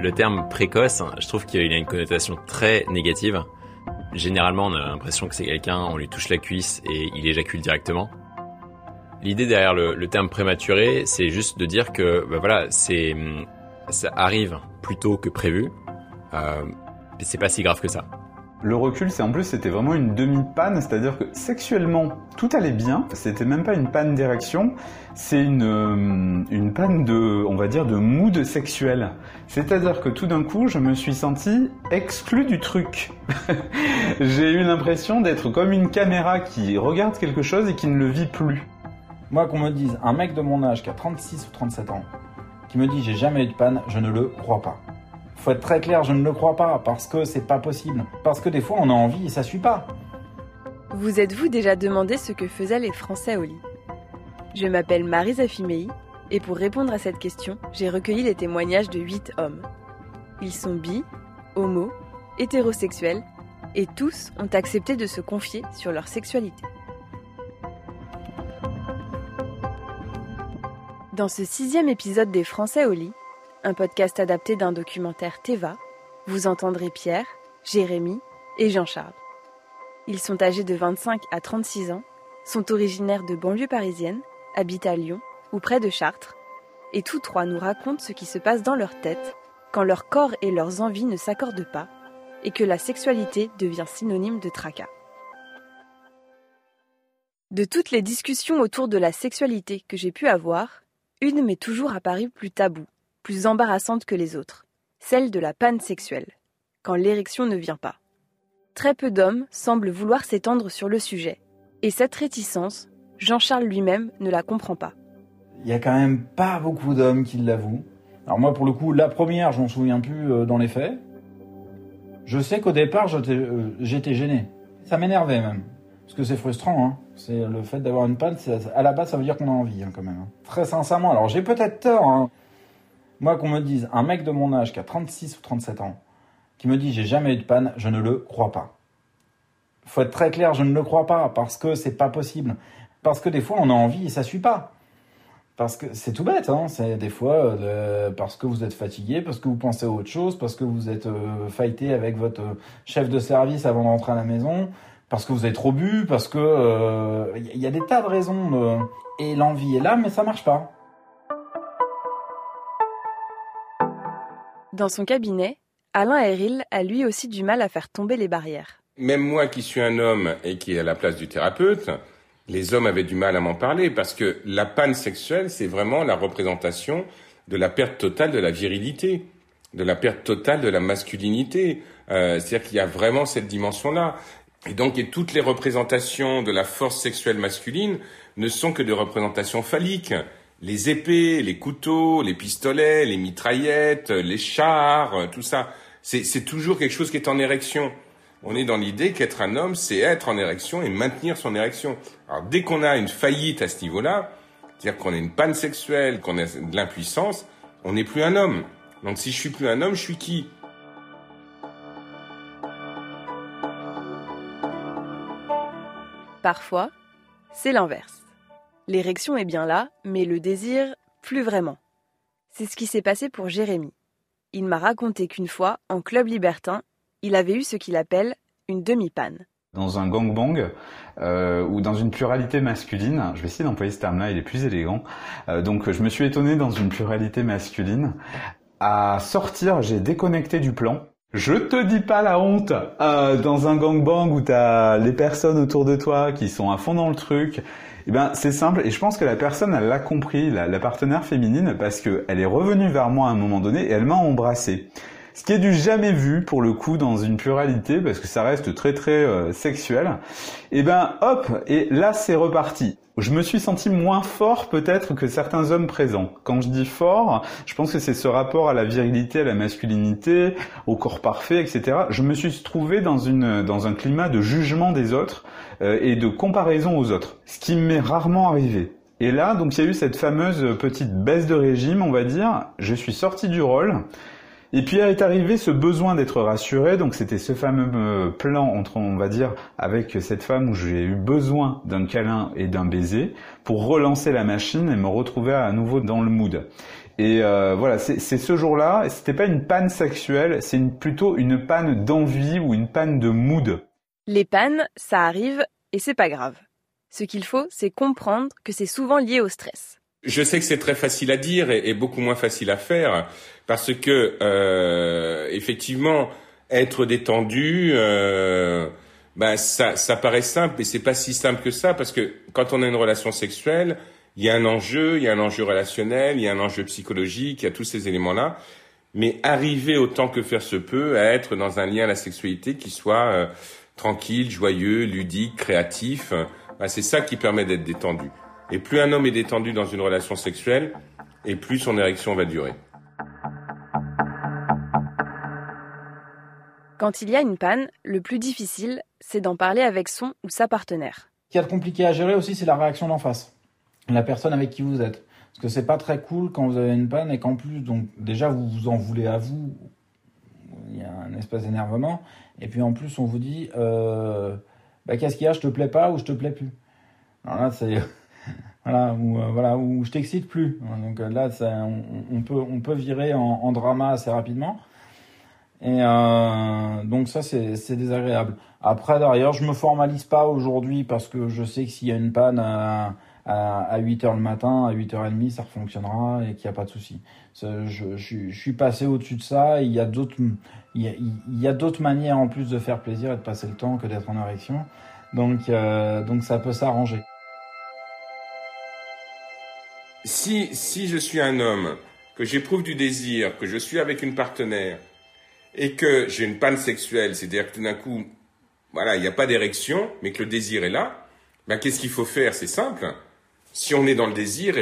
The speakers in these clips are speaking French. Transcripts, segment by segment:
Le terme précoce, je trouve qu'il a une connotation très négative. Généralement, on a l'impression que c'est quelqu'un, on lui touche la cuisse et il éjacule directement. L'idée derrière le terme prématuré, c'est juste de dire que ça arrive plus tôt que prévu. Et c'est pas si grave que ça. Le recul, c'était vraiment une demi-panne, c'est-à-dire que sexuellement, tout allait bien. C'était même pas une panne d'érection, c'est une panne de mood sexuel. C'est-à-dire que tout d'un coup, je me suis senti exclu du truc. J'ai eu l'impression d'être comme une caméra qui regarde quelque chose et qui ne le vit plus. Moi, qu'on me dise, un mec de mon âge qui a 36 ou 37 ans, qui me dit j'ai jamais eu de panne, je ne le crois pas. Faut être très clair, je ne le crois pas, parce que c'est pas possible. Parce que des fois, on a envie et ça suit pas. Vous êtes-vous déjà demandé ce que faisaient les Français au lit ? Je m'appelle Marie Zafimei, et pour répondre à cette question, j'ai recueilli les témoignages de 8 hommes. Ils sont bi, homo, hétérosexuels, et tous ont accepté de se confier sur leur sexualité. Dans ce 6e épisode des Français au lit, un podcast adapté d'un documentaire Teva, vous entendrez Pierre, Jérémy et Jean-Charles. Ils sont âgés de 25 à 36 ans, sont originaires de banlieue parisienne, habitent à Lyon ou près de Chartres, et tous trois nous racontent ce qui se passe dans leur tête quand leur corps et leurs envies ne s'accordent pas et que la sexualité devient synonyme de tracas. De toutes les discussions autour de la sexualité que j'ai pu avoir, une m'est toujours apparue plus taboue, plus embarrassante que les autres, celle de la panne sexuelle, quand l'érection ne vient pas. Très peu d'hommes semblent vouloir s'étendre sur le sujet, et cette réticence, Jean-Charles lui-même ne la comprend pas. Il y a quand même pas beaucoup d'hommes qui l'avouent. Alors moi, pour le coup, la première, je m'en souviens plus dans les faits. Je sais qu'au départ, j'étais gêné. Ça m'énervait même. Parce que c'est frustrant, hein. C'est le fait d'avoir une panne, à la base, ça veut dire qu'on a envie, hein, quand même. Hein. Très sincèrement, alors j'ai peut-être tort, hein. Moi, qu'on me dise, un mec de mon âge qui a 36 ou 37 ans, qui me dit j'ai jamais eu de panne, je ne le crois pas. Faut être très clair, je ne le crois pas, parce que c'est pas possible. Parce que des fois, on a envie et ça suit pas. Parce que c'est tout bête, hein. C'est des fois parce que vous êtes fatigué, parce que vous pensez à autre chose, parce que vous êtes fighté avec votre chef de service avant d'entrer à la maison, parce que vous avez trop bu, parce que y a des tas de raisons. Et l'envie est là, mais ça marche pas. Dans son cabinet, Alain Héril a lui aussi du mal à faire tomber les barrières. Même moi qui suis un homme et qui est à la place du thérapeute, les hommes avaient du mal à m'en parler parce que la panne sexuelle, c'est vraiment la représentation de la perte totale de la virilité, de la perte totale de la masculinité. C'est-à-dire qu'il y a vraiment cette dimension-là. Et donc, toutes les représentations de la force sexuelle masculine ne sont que des représentations phalliques. Les épées, les couteaux, les pistolets, les mitraillettes, les chars, tout ça, c'est toujours quelque chose qui est en érection. On est dans l'idée qu'être un homme, c'est être en érection et maintenir son érection. Alors dès qu'on a une faillite à ce niveau-là, c'est-à-dire qu'on a une panne sexuelle, qu'on a de l'impuissance, on n'est plus un homme. Donc si je suis plus un homme, je suis qui ? Parfois, c'est l'inverse. L'érection est bien là, mais le désir, plus vraiment. C'est ce qui s'est passé pour Jérémy. Il m'a raconté qu'une fois, en club libertin, il avait eu ce qu'il appelle une demi-panne. Dans un gangbang ou dans une pluralité masculine, je vais essayer d'employer ce terme-là, il est plus élégant. Donc je me suis étonné dans une pluralité masculine. À sortir, j'ai déconnecté du plan. Je te dis pas la honte, dans un gangbang où t'as les personnes autour de toi qui sont à fond dans le truc, eh ben c'est simple et je pense que la personne elle l'a compris, la partenaire féminine, parce que elle est revenue vers moi à un moment donné et elle m'a embrassé. Ce qui est du jamais vu pour le coup dans une pluralité parce que ça reste très sexuel. Et ben hop, et là c'est reparti. Je me suis senti moins fort peut-être que certains hommes présents. Quand je dis fort, je pense que c'est ce rapport à la virilité, à la masculinité, au corps parfait, etc. Je me suis trouvé dans un climat de jugement des autres et de comparaison aux autres, ce qui m'est rarement arrivé. Et là, donc il y a eu cette fameuse petite baisse de régime, on va dire. Je suis sorti du rôle. Et puis est arrivé ce besoin d'être rassuré, donc c'était ce fameux plan entre, on va dire, avec cette femme où j'ai eu besoin d'un câlin et d'un baiser pour relancer la machine et me retrouver à nouveau dans le mood. Et voilà, c'est ce jour-là, c'était pas une panne sexuelle, c'est plutôt une panne d'envie ou une panne de mood. Les pannes, ça arrive et c'est pas grave. Ce qu'il faut, c'est comprendre que c'est souvent lié au stress. Je sais que c'est très facile à dire et beaucoup moins facile à faire parce que effectivement être détendu, ça paraît simple, mais c'est pas si simple que ça parce que quand on a une relation sexuelle, il y a un enjeu relationnel, il y a un enjeu psychologique, il y a tous ces éléments-là. Mais arriver autant que faire se peut à être dans un lien à la sexualité qui soit tranquille, joyeux, ludique, créatif, c'est ça qui permet d'être détendu. Et plus un homme est détendu dans une relation sexuelle, et plus son érection va durer. Quand il y a une panne, le plus difficile, c'est d'en parler avec son ou sa partenaire. Ce qu'il y a de compliqué à gérer aussi, c'est la réaction d'en face. La personne avec qui vous êtes. Parce que c'est pas très cool quand vous avez une panne et qu'en plus, donc, déjà, vous vous en voulez à vous. Il y a un espèce d'énervement. Et puis en plus, on vous dit, qu'est-ce qu'il y a, je te plais pas ou je te plais plus. Alors là, c'est... ou je t'excite plus. Donc là, on peut virer en drama assez rapidement. Et donc ça, c'est désagréable. Après, derrière, je me formalise pas aujourd'hui parce que je sais que s'il y a une panne à 8h le matin, à 8h30, ça fonctionnera et qu'il n'y a pas de souci. Je suis passé au-dessus de ça. Et il y a d'autres manières en plus de faire plaisir et de passer le temps que d'être en érection. Donc ça peut s'arranger. Si je suis un homme, que j'éprouve du désir, que je suis avec une partenaire et que j'ai une panne sexuelle, c'est-à-dire que tout d'un coup, il n'y a pas d'érection, mais que le désir est là, qu'est-ce qu'il faut faire? C'est simple. Si on est dans le désir,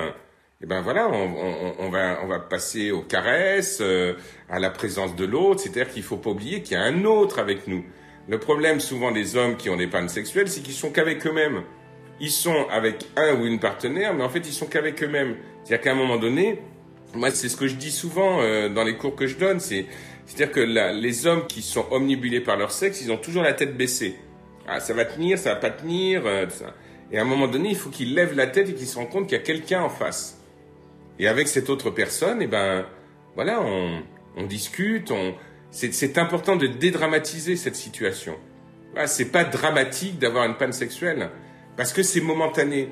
on va passer aux caresses, à la présence de l'autre, c'est-à-dire qu'il faut pas oublier qu'il y a un autre avec nous. Le problème souvent des hommes qui ont des pannes sexuelles, c'est qu'ils sont qu'avec eux-mêmes. Ils sont avec un ou une partenaire, mais en fait, ils sont qu'avec eux-mêmes. C'est-à-dire qu'à un moment donné, moi, c'est ce que je dis souvent dans les cours que je donne, c'est-à-dire que les hommes qui sont omnibulés par leur sexe, ils ont toujours la tête baissée. Ah, ça va tenir, ça va pas tenir, tout ça. Et à un moment donné, il faut qu'ils lèvent la tête et qu'ils se rendent compte qu'il y a quelqu'un en face. Et avec cette autre personne, on discute, c'est important de dédramatiser cette situation. C'est pas dramatique d'avoir une panne sexuelle. Parce que c'est momentané.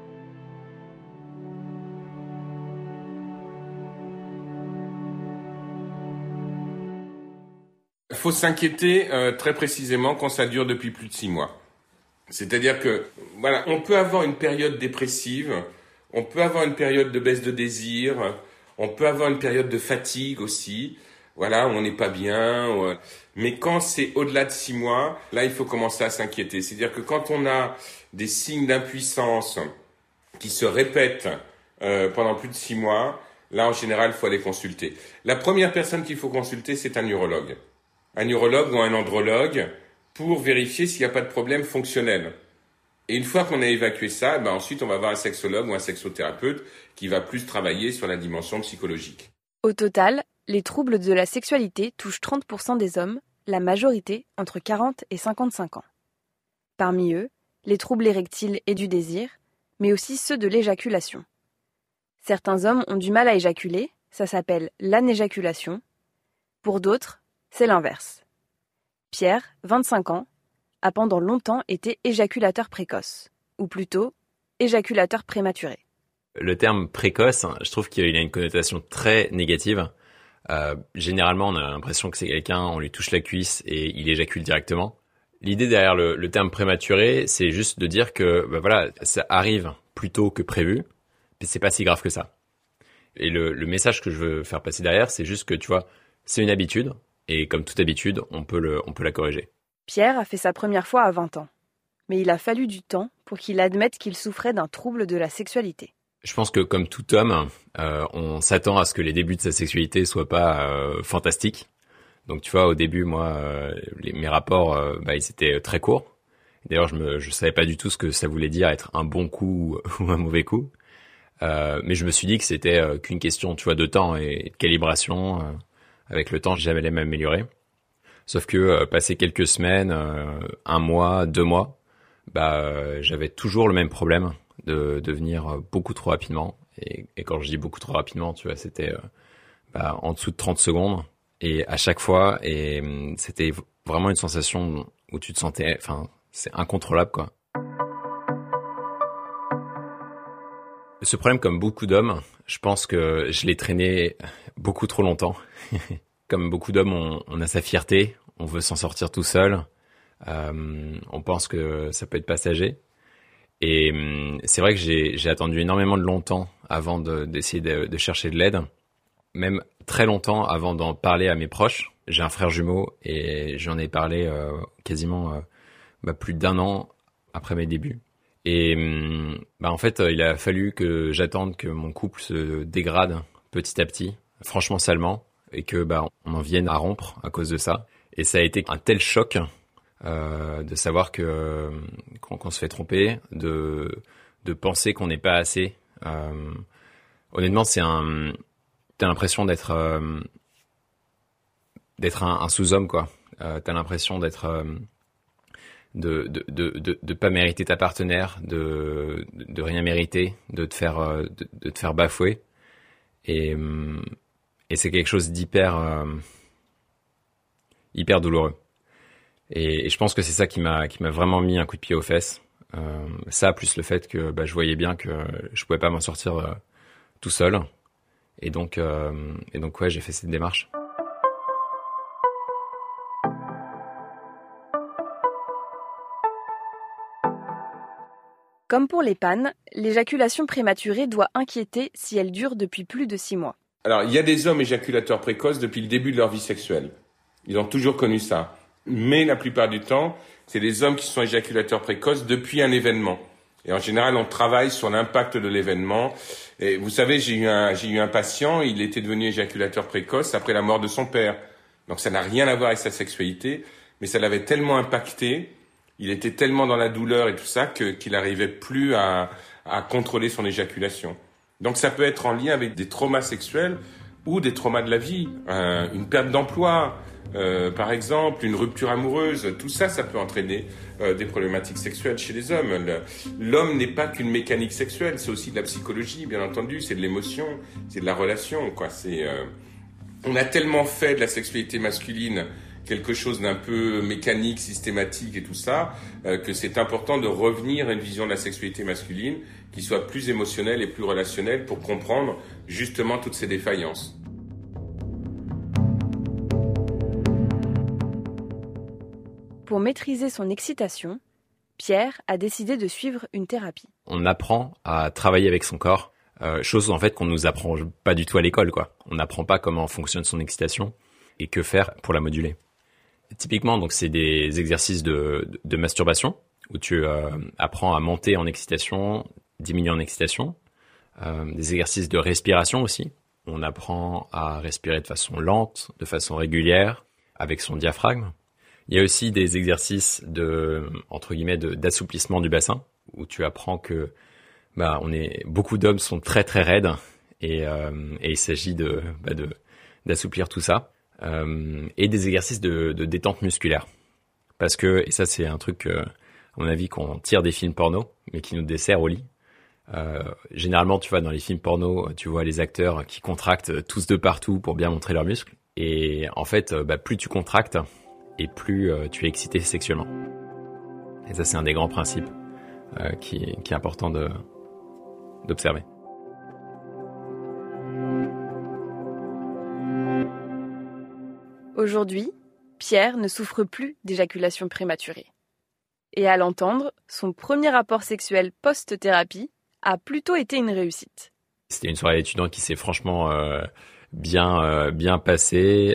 Il faut s'inquiéter très précisément quand ça dure depuis plus de 6 mois. C'est-à-dire que, on peut avoir une période dépressive, on peut avoir une période de baisse de désir, on peut avoir une période de fatigue aussi, où on n'est pas bien. Mais quand c'est au-delà de 6 mois, là, il faut commencer à s'inquiéter. C'est-à-dire que quand on a des signes d'impuissance qui se répètent pendant plus de 6 mois, là, en général, il faut aller consulter. La première personne qu'il faut consulter, c'est un urologue. Un urologue ou un andrologue pour vérifier s'il n'y a pas de problème fonctionnel. Et une fois qu'on a évacué ça, ensuite, on va voir un sexologue ou un sexothérapeute qui va plus travailler sur la dimension psychologique. Au total, les troubles de la sexualité touchent 30% des hommes, la majorité entre 40 et 55 ans. Parmi eux, les troubles érectiles et du désir, mais aussi ceux de l'éjaculation. Certains hommes ont du mal à éjaculer, ça s'appelle l'anéjaculation. Pour d'autres, c'est l'inverse. Pierre, 25 ans, a pendant longtemps été éjaculateur précoce, ou plutôt éjaculateur prématuré. Le terme précoce, je trouve qu'il a une connotation très négative. Généralement, on a l'impression que c'est quelqu'un, on lui touche la cuisse et il éjacule directement. L'idée derrière le terme prématuré, c'est juste de dire que ça arrive plus tôt que prévu, mais c'est pas si grave que ça. Et le message que je veux faire passer derrière, c'est juste que c'est une habitude, et comme toute habitude, on peut la corriger. Pierre a fait sa première fois à 20 ans, mais il a fallu du temps pour qu'il admette qu'il souffrait d'un trouble de la sexualité. Je pense que comme tout homme, on s'attend à ce que les débuts de sa sexualité soient pas fantastiques. Donc tu vois, au début, moi, mes rapports, ils étaient très courts. D'ailleurs, je savais pas du tout ce que ça voulait dire être un bon coup ou un mauvais coup. Mais je me suis dit que c'était qu'une question, tu vois, de temps et de calibration. Avec le temps, j'allais m'améliorer. Sauf que passé quelques semaines, 1 mois, 2 mois, j'avais toujours le même problème de venir beaucoup trop rapidement. Et quand je dis beaucoup trop rapidement, tu vois, c'était en dessous de 30 secondes. Et à chaque fois, et c'était vraiment une sensation où tu te sentais, c'est incontrôlable, quoi. Ce problème, comme beaucoup d'hommes, je pense que je l'ai traîné beaucoup trop longtemps. Comme beaucoup d'hommes, on a sa fierté, on veut s'en sortir tout seul, on pense que ça peut être passager. Et c'est vrai que j'ai attendu énormément de longtemps avant d'essayer de chercher de l'aide, même très longtemps avant d'en parler à mes proches. J'ai un frère jumeau et j'en ai parlé quasiment plus d'1 an après mes débuts. Et en fait, il a fallu que j'attende que mon couple se dégrade petit à petit, franchement salement, et que on en vienne à rompre à cause de ça. Et ça a été un tel choc de savoir que qu'on se fait tromper, de penser qu'on n'est pas assez. Honnêtement, t'as l'impression d'être un sous-homme, quoi. T'as l'impression d'être de pas mériter ta partenaire, de rien mériter, de te faire bafouer. Et c'est quelque chose d'hyper douloureux. Et je pense que c'est ça qui m'a vraiment mis un coup de pied aux fesses. Ça, plus le fait que je voyais bien que je pouvais pas m'en sortir tout seul. Et donc ouais, j'ai fait cette démarche. Comme pour les pannes, l'éjaculation prématurée doit inquiéter si elle dure depuis plus de 6 mois. Alors, il y a des hommes éjaculateurs précoces depuis le début de leur vie sexuelle. Ils ont toujours connu ça. Mais la plupart du temps, c'est des hommes qui sont éjaculateurs précoces depuis un événement. Et en général, on travaille sur l'impact de l'événement. Et vous savez, j'ai eu un patient, il était devenu éjaculateur précoce après la mort de son père. Donc ça n'a rien à voir avec sa sexualité, mais ça l'avait tellement impacté, il était tellement dans la douleur et tout ça qu'il n'arrivait plus à contrôler son éjaculation. Donc ça peut être en lien avec des traumas sexuels ou des traumas de la vie, une perte d'emploi, par exemple, une rupture amoureuse. Tout ça, ça peut entraîner des problématiques sexuelles chez les hommes. L'homme n'est pas qu'une mécanique sexuelle, c'est aussi de la psychologie, bien entendu, c'est de l'émotion, c'est de la relation, quoi. On a tellement fait de la sexualité masculine quelque chose d'un peu mécanique, systématique et tout ça, que c'est important de revenir à une vision de la sexualité masculine qui soit plus émotionnelle et plus relationnelle pour comprendre justement toutes ces défaillances. Pour maîtriser son excitation, Pierre a décidé de suivre une thérapie. On apprend à travailler avec son corps, chose en fait qu'on nous apprend pas du tout à l'école, quoi. On n'apprend pas comment fonctionne son excitation et que faire pour la moduler. Typiquement, donc c'est des exercices de masturbation où tu apprends à monter en excitation, diminuer en excitation. Des exercices de respiration aussi. On apprend à respirer de façon lente, de façon régulière, avec son diaphragme. Il y a aussi des exercices entre guillemets, d'assouplissement du bassin, où tu apprends que beaucoup d'hommes sont très très raides et il s'agit d'assouplir tout ça. Et des exercices de détente musculaire. Parce que, et ça c'est un truc, à mon avis, qu'on tire des films porno, mais qui nous dessert au lit. Généralement, tu vois, dans les films porno, tu vois les acteurs qui contractent tous de partout pour bien montrer leurs muscles. Et en fait, plus tu contractes, et plus tu es excité sexuellement. Et ça, c'est un des grands principes qui est important d'observer. Aujourd'hui, Pierre ne souffre plus d'éjaculation prématurée. Et à l'entendre, son premier rapport sexuel post-thérapie a plutôt été une réussite. C'était une soirée étudiante qui s'est franchement bien passée.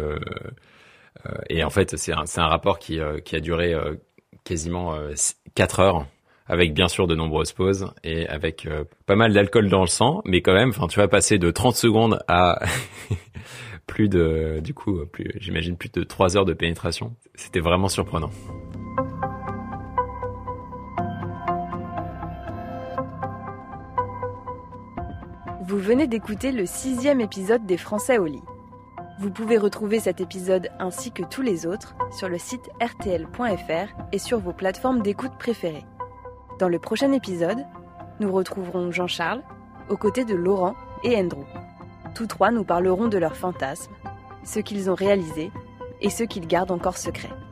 Et en fait, c'est un rapport qui a duré quasiment 4 heures, avec bien sûr de nombreuses pauses et avec pas mal d'alcool dans le sang, mais quand même, tu vas passer de 30 secondes à j'imagine plus de 3 heures de pénétration. C'était vraiment surprenant. Vous venez d'écouter le 6e épisode des Français au lit. Vous pouvez retrouver cet épisode ainsi que tous les autres sur le site rtl.fr et sur vos plateformes d'écoute préférées. Dans le prochain épisode, nous retrouverons Jean-Charles, aux côtés de Laurent et Andrew. Tous trois nous parleront de leurs fantasmes, ceux qu'ils ont réalisés et ceux qu'ils gardent encore secrets.